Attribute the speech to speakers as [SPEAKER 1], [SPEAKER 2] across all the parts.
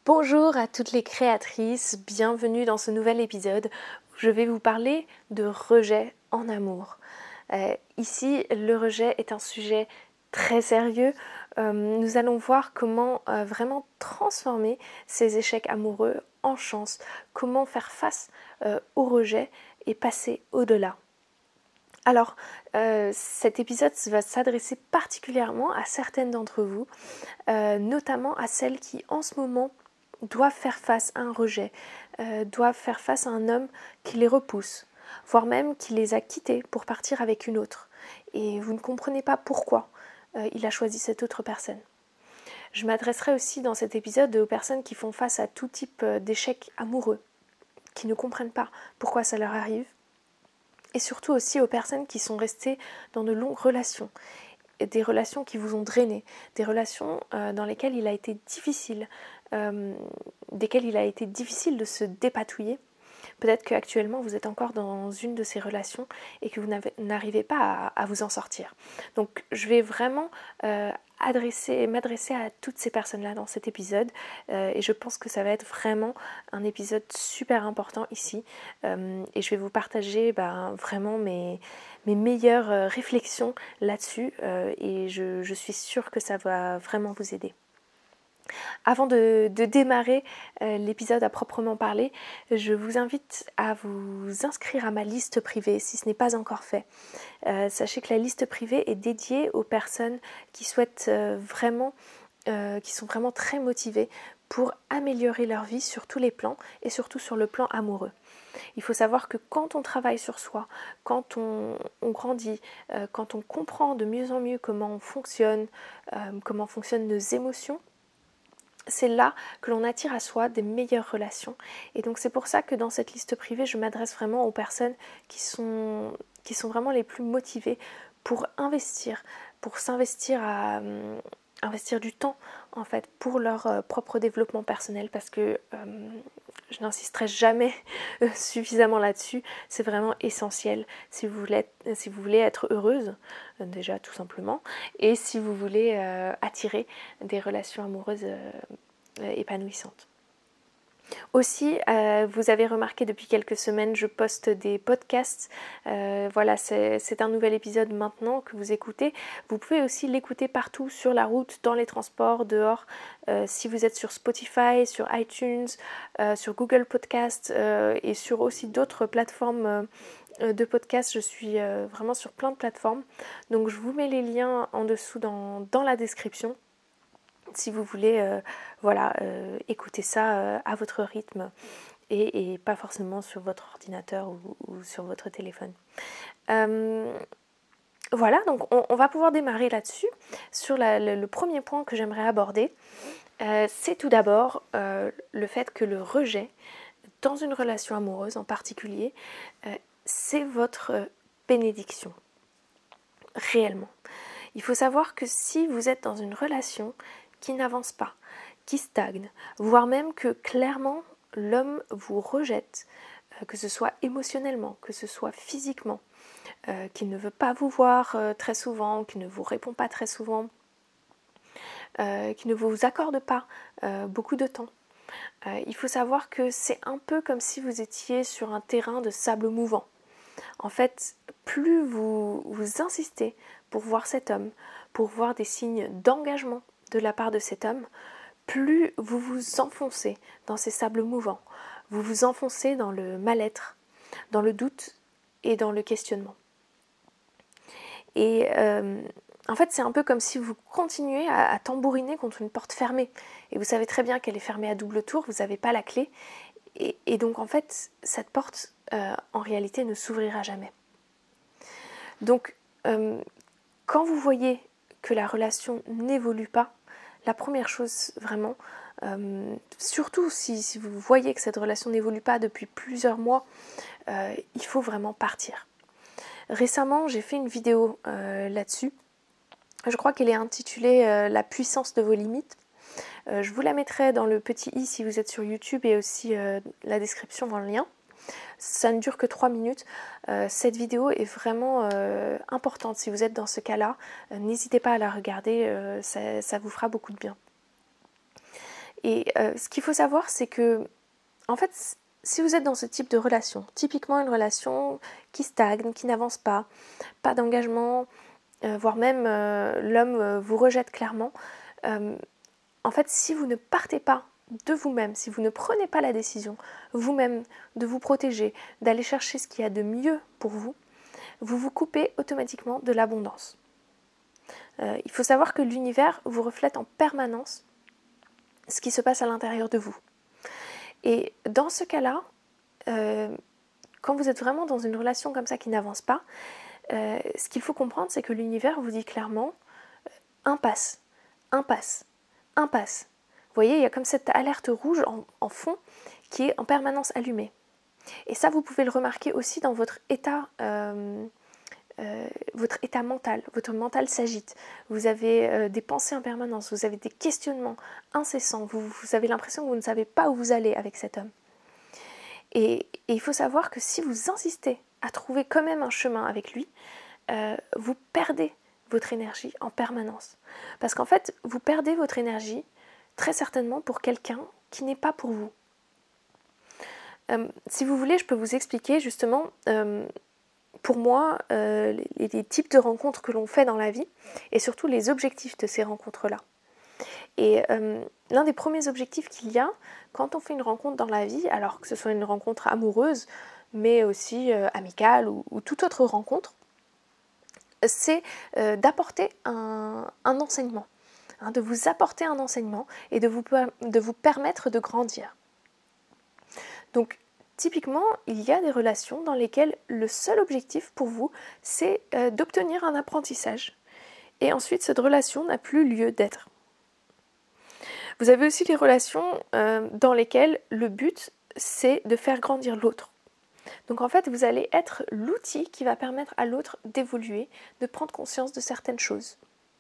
[SPEAKER 1] Bonjour à toutes les créatrices, bienvenue dans ce nouvel épisode où je vais vous parler de rejet en amour. Ici, le rejet est un sujet très sérieux. Nous allons voir comment vraiment transformer ces échecs amoureux en chance, comment faire face au rejet et passer au-delà. Alors, cet épisode va s'adresser particulièrement à certaines d'entre vous, notamment à celles qui en ce moment doivent faire face à un rejet, doivent faire face à un homme qui les repousse, voire même qui les a quittés pour partir avec une autre. Et vous ne comprenez pas pourquoi il a choisi cette autre personne. Je m'adresserai aussi dans cet épisode aux personnes qui font face à tout type d'échecs amoureux, qui ne comprennent pas pourquoi ça leur arrive, et surtout aussi aux personnes qui sont restées dans de longues relations, des relations qui vous ont drainé, des relations dans lesquelles il a été difficile, desquelles il a été difficile de se dépatouiller. Peut-être qu'actuellement vous êtes encore dans une de ces relations et que vous n'arrivez pas à vous en sortir. Donc je vais vraiment m'adresser à toutes ces personnes-là dans cet épisode et je pense que ça va être vraiment un épisode super important ici et je vais vous partager vraiment mes meilleures réflexions là-dessus et je suis sûre que ça va vraiment vous aider. Avant de démarrer l'épisode à proprement parler, je vous invite à vous inscrire à ma liste privée si ce n'est pas encore fait. Sachez que la liste privée est dédiée aux personnes qui souhaitent qui sont vraiment très motivées pour améliorer leur vie sur tous les plans et surtout sur le plan amoureux. Il faut savoir que quand on travaille sur soi, quand on grandit, quand on comprend de mieux en mieux comment fonctionnent nos émotions, c'est là que l'on attire à soi des meilleures relations. Et donc c'est pour ça que dans cette liste privée, je m'adresse vraiment aux personnes qui sont vraiment les plus motivées pour s'investir à investir du temps en fait pour leur propre développement personnel, parce que je n'insisterai jamais suffisamment là-dessus, c'est vraiment essentiel si vous voulez être heureuse, déjà tout simplement, et si vous voulez attirer des relations amoureuses épanouissantes. Aussi, vous avez remarqué depuis quelques semaines, je poste des podcasts. Voilà, c'est un nouvel épisode maintenant que vous écoutez. Vous pouvez aussi l'écouter partout, sur la route, dans les transports, dehors. Si vous êtes sur Spotify, sur iTunes, sur Google Podcast et sur aussi d'autres plateformes de podcasts. Je suis vraiment sur plein de plateformes. Donc je vous mets les liens en dessous dans la description, si vous voulez écouter ça à votre rythme et pas forcément sur votre ordinateur ou sur votre téléphone. Voilà, donc on va pouvoir démarrer là-dessus. Sur le premier point que j'aimerais aborder, c'est tout d'abord le fait que le rejet, dans une relation amoureuse en particulier, c'est votre bénédiction, réellement. Il faut savoir que si vous êtes dans une relation qui n'avance pas, qui stagne, voire même que clairement l'homme vous rejette, que ce soit émotionnellement, que ce soit physiquement, qu'il ne veut pas vous voir très souvent, qu'il ne vous répond pas très souvent, qu'il ne vous accorde pas beaucoup de temps. Il faut savoir que c'est un peu comme si vous étiez sur un terrain de sable mouvant. En fait, plus vous insistez pour voir cet homme, pour voir des signes d'engagement de la part de cet homme, plus vous vous enfoncez dans ces sables mouvants, vous vous enfoncez dans le mal-être, dans le doute et dans le questionnement. Et en fait, c'est un peu comme si vous continuez à tambouriner contre une porte fermée. Et vous savez très bien qu'elle est fermée à double tour, vous n'avez pas la clé. Et donc, en fait, cette porte, en réalité, ne s'ouvrira jamais. Donc, quand vous voyez que la relation n'évolue pas, la première chose vraiment, surtout si vous voyez que cette relation n'évolue pas depuis plusieurs mois, il faut vraiment partir. Récemment, j'ai fait une vidéo là-dessus. Je crois qu'elle est intitulée La puissance de vos limites. Je vous la mettrai dans le petit i si vous êtes sur YouTube et aussi la description dans le lien. Ça ne dure que 3 minutes. Cette vidéo est vraiment importante. Si vous êtes dans ce cas-là, n'hésitez pas à la regarder, ça vous fera beaucoup de bien. Et ce qu'il faut savoir, c'est que, en fait, si vous êtes dans ce type de relation, typiquement une relation qui stagne, qui n'avance pas d'engagement, voire même l'homme vous rejette clairement, en fait, si vous ne partez pas de vous-même, si vous ne prenez pas la décision vous-même de vous protéger, d'aller chercher ce qu'il y a de mieux pour vous, vous vous coupez automatiquement de l'abondance. Il faut savoir que l'univers vous reflète en permanence ce qui se passe à l'intérieur de vous. Et dans ce cas-là, quand vous êtes vraiment dans une relation comme ça qui n'avance pas, ce qu'il faut comprendre, c'est que l'univers vous dit clairement impasse, impasse, impasse. Vous voyez, il y a comme cette alerte rouge en fond qui est en permanence allumée. Et ça, vous pouvez le remarquer aussi dans votre état mental. Votre mental s'agite. Vous avez des pensées en permanence, vous avez des questionnements incessants. Vous avez l'impression que vous ne savez pas où vous allez avec cet homme. Et il faut savoir que si vous insistez à trouver quand même un chemin avec lui, vous perdez votre énergie en permanence. Parce qu'en fait, vous perdez votre énergie très certainement pour quelqu'un qui n'est pas pour vous. Si vous voulez, je peux vous expliquer justement, pour moi, les types de rencontres que l'on fait dans la vie et surtout les objectifs de ces rencontres-là. Et l'un des premiers objectifs qu'il y a quand on fait une rencontre dans la vie, alors que ce soit une rencontre amoureuse, mais aussi amicale ou toute autre rencontre, c'est d'apporter un enseignement, de vous apporter un enseignement et de vous permettre de grandir. Donc, typiquement, il y a des relations dans lesquelles le seul objectif pour vous, c'est d'obtenir un apprentissage. Et ensuite, cette relation n'a plus lieu d'être. Vous avez aussi des relations dans lesquelles le but, c'est de faire grandir l'autre. Donc en fait, vous allez être l'outil qui va permettre à l'autre d'évoluer, de prendre conscience de certaines choses.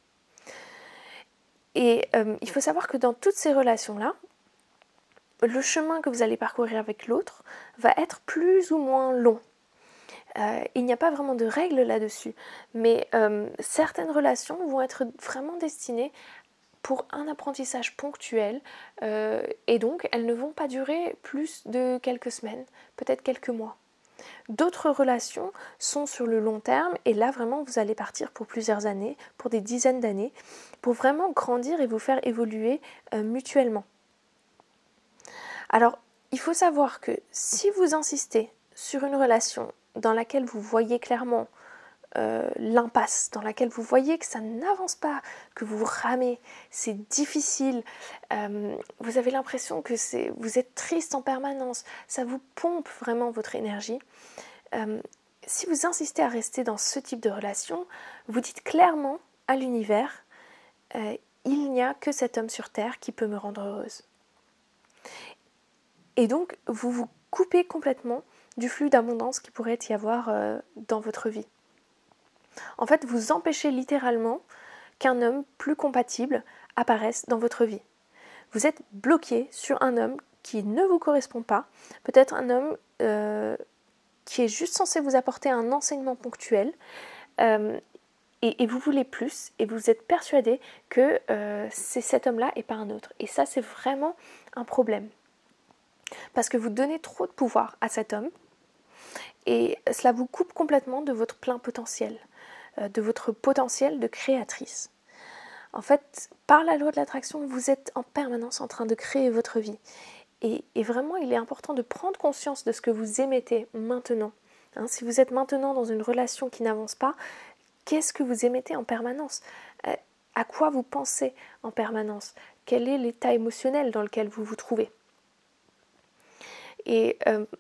[SPEAKER 1] Et il faut savoir que dans toutes ces relations-là, le chemin que vous allez parcourir avec l'autre va être plus ou moins long. Il n'y a pas vraiment de règles là-dessus, mais certaines relations vont être vraiment destinées pour un apprentissage ponctuel et donc elles ne vont pas durer plus de quelques semaines, peut-être quelques mois. D'autres relations sont sur le long terme et là vraiment vous allez partir pour plusieurs années, pour des dizaines d'années, pour vraiment grandir et vous faire évoluer mutuellement. Alors il faut savoir que si vous insistez sur une relation dans laquelle vous voyez clairement l'impasse, dans laquelle vous voyez que ça n'avance pas, que vous ramez, c'est difficile, vous avez l'impression que vous êtes triste en permanence, ça vous pompe vraiment votre énergie. Si vous insistez à rester dans ce type de relation, vous dites clairement à l'univers, il n'y a que cet homme sur terre qui peut me rendre heureuse. Et donc, vous vous coupez complètement du flux d'abondance qui pourrait y avoir dans votre vie. En fait, vous empêchez littéralement qu'un homme plus compatible apparaisse dans votre vie. Vous êtes bloqué sur un homme qui ne vous correspond pas, peut-être un homme qui est juste censé vous apporter un enseignement ponctuel, et vous voulez plus, et vous êtes persuadé que c'est cet homme-là et pas un autre. Et ça, c'est vraiment un problème. Parce que vous donnez trop de pouvoir à cet homme, et cela vous coupe complètement de votre plein potentiel, de votre potentiel de créatrice. En fait, par la loi de l'attraction, vous êtes en permanence en train de créer votre vie. Et vraiment, il est important de prendre conscience de ce que vous émettez maintenant. Si vous êtes maintenant dans une relation qui n'avance pas, qu'est-ce que vous émettez en permanence ? À quoi vous pensez en permanence ? Quel est l'état émotionnel dans lequel vous vous trouvez ? Et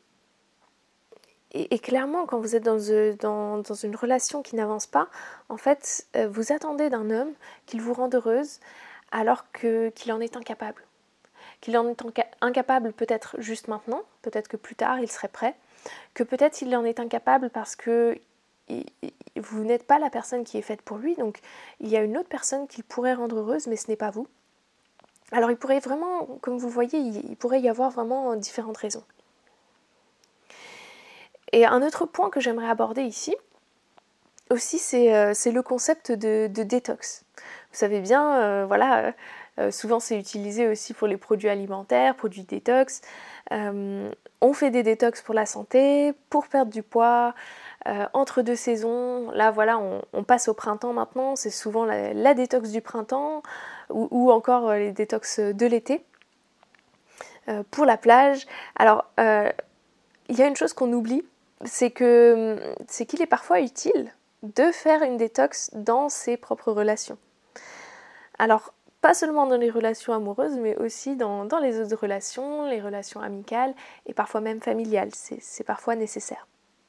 [SPEAKER 1] clairement, quand vous êtes dans une relation qui n'avance pas, en fait, vous attendez d'un homme qu'il vous rende heureuse alors qu'il en est incapable. Qu'il en est incapable peut-être juste maintenant, peut-être que plus tard il serait prêt, que peut-être il en est incapable parce que vous n'êtes pas la personne qui est faite pour lui, donc il y a une autre personne qu'il pourrait rendre heureuse, mais ce n'est pas vous. Alors il pourrait vraiment, comme vous le voyez, il pourrait y avoir vraiment différentes raisons. Et un autre point que j'aimerais aborder ici, aussi, c'est le concept de détox. Vous savez bien, Souvent c'est utilisé aussi pour les produits alimentaires, produits détox. On fait des détox pour la santé, pour perdre du poids, entre deux saisons. Là voilà, on passe au printemps maintenant, c'est souvent la détox du printemps ou encore les détox de l'été. Pour la plage. Alors, il y a une chose qu'on oublie, c'est qu'il est parfois utile de faire une détox dans ses propres relations. Alors, pas seulement dans les relations amoureuses, mais aussi dans les autres relations, les relations amicales et parfois même familiales. C'est parfois nécessaire.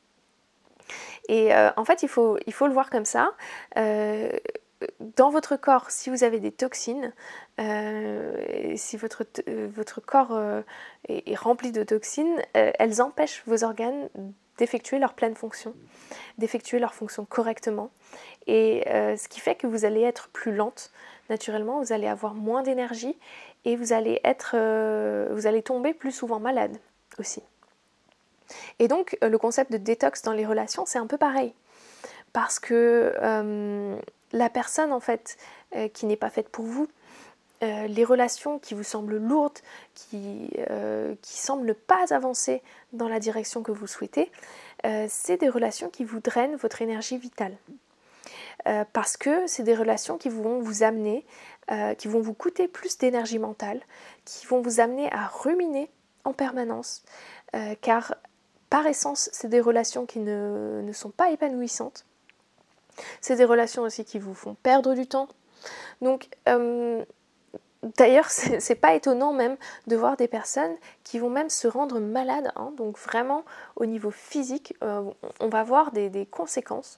[SPEAKER 1] Et en fait, il faut le voir comme ça. Dans votre corps, si vous avez des toxines, si votre corps est rempli de toxines, elles empêchent vos organes d'effectuer leur pleine fonction, d'effectuer leur fonction correctement. Et ce qui fait que vous allez être plus lente, naturellement, vous allez avoir moins d'énergie et vous allez tomber plus souvent malade aussi. Et donc, le concept de détox dans les relations, c'est un peu pareil. Parce que la personne, en fait, qui n'est pas faite pour vous, les relations qui vous semblent lourdes, qui semblent ne pas avancer dans la direction que vous souhaitez, c'est des relations qui vous drainent votre énergie vitale. Parce que c'est des relations qui vont vous amener, qui vont vous coûter plus d'énergie mentale, qui vont vous amener à ruminer en permanence, car par essence, c'est des relations qui ne sont pas épanouissantes. C'est des relations aussi qui vous font perdre du temps. Donc, d'ailleurs, c'est pas étonnant même de voir des personnes qui vont même se rendre malades. Hein, donc vraiment, au niveau physique, on va voir des conséquences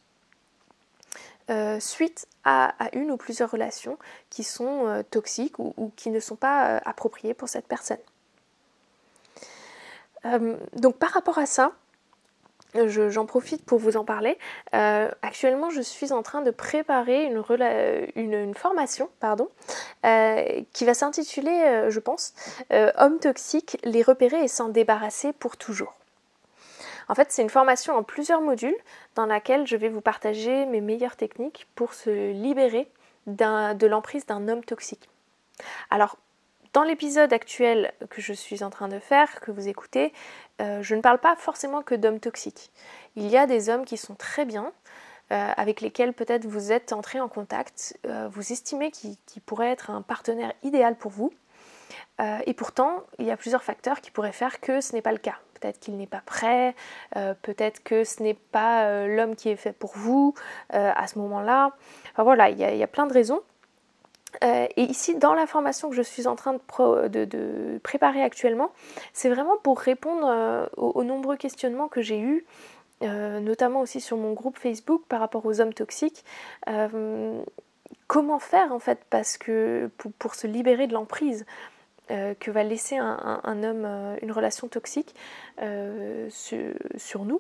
[SPEAKER 1] suite à une ou plusieurs relations qui sont toxiques ou qui ne sont pas appropriées pour cette personne. Donc par rapport à ça, j'en profite pour vous en parler. Actuellement, je suis en train de préparer une formation qui va s'intituler, je pense, Hommes toxiques, les repérer et s'en débarrasser pour toujours. En fait, c'est une formation en plusieurs modules dans laquelle je vais vous partager mes meilleures techniques pour se libérer de l'emprise d'un homme toxique. Alors, dans l'épisode actuel que je suis en train de faire, que vous écoutez, je ne parle pas forcément que d'hommes toxiques. Il y a des hommes qui sont très bien, avec lesquels peut-être vous êtes entré en contact, vous estimez qu'ils pourraient être un partenaire idéal pour vous, et pourtant, il y a plusieurs facteurs qui pourraient faire que ce n'est pas le cas. Peut-être qu'il n'est pas prêt, peut-être que ce n'est pas l'homme qui est fait pour vous à ce moment-là. Enfin voilà, il y a plein de raisons. Et ici, dans la formation que je suis en train de préparer actuellement, c'est vraiment pour répondre aux nombreux questionnements que j'ai eus, notamment aussi sur mon groupe Facebook par rapport aux hommes toxiques. Comment faire en fait, parce que pour se libérer de l'emprise que va laisser un homme, une relation toxique sur nous.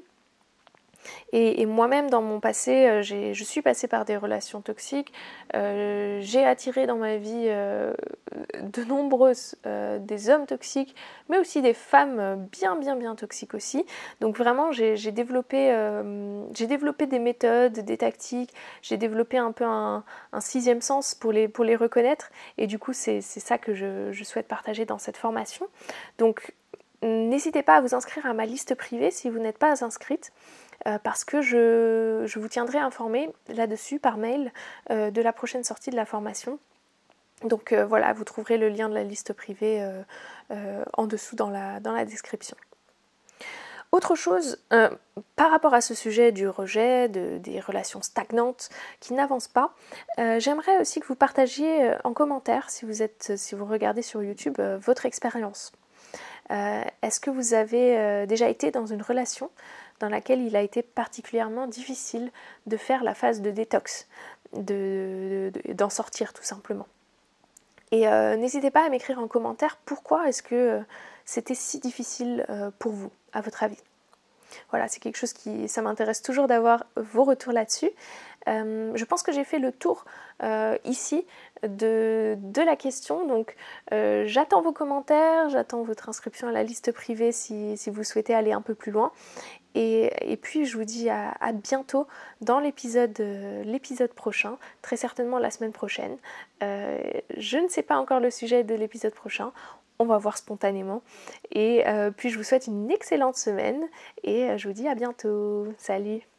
[SPEAKER 1] Et moi-même, dans mon passé, je suis passée par des relations toxiques. J'ai attiré dans ma vie de nombreuses des hommes toxiques, mais aussi des femmes bien toxiques aussi. Donc vraiment, j'ai développé des méthodes, des tactiques. J'ai développé un peu un sixième sens pour les reconnaître. Et du coup, c'est ça que je souhaite partager dans cette formation. Donc, n'hésitez pas à vous inscrire à ma liste privée si vous n'êtes pas inscrite. Parce que je vous tiendrai informé là-dessus par mail de la prochaine sortie de la formation. Donc voilà, vous trouverez le lien de la liste privée en dessous dans la description. Autre chose, par rapport à ce sujet du rejet, des relations stagnantes qui n'avancent pas, j'aimerais aussi que vous partagiez en commentaire, si vous regardez sur YouTube, votre expérience. Est-ce que vous avez déjà été dans une relation dans laquelle il a été particulièrement difficile de faire la phase de détox, d'en sortir tout simplement. Et n'hésitez pas à m'écrire en commentaire pourquoi est-ce que c'était si difficile pour vous, à votre avis. Voilà, c'est quelque chose ça m'intéresse toujours d'avoir vos retours là-dessus. Je pense que j'ai fait le tour ici de la question, donc j'attends vos commentaires, j'attends votre inscription à la liste privée si vous souhaitez aller un peu plus loin. Et puis je vous dis à bientôt dans l'épisode prochain, très certainement la semaine prochaine. Je ne sais pas encore le sujet de l'épisode prochain, on va voir spontanément. Et puis je vous souhaite une excellente semaine et je vous dis à bientôt. Salut!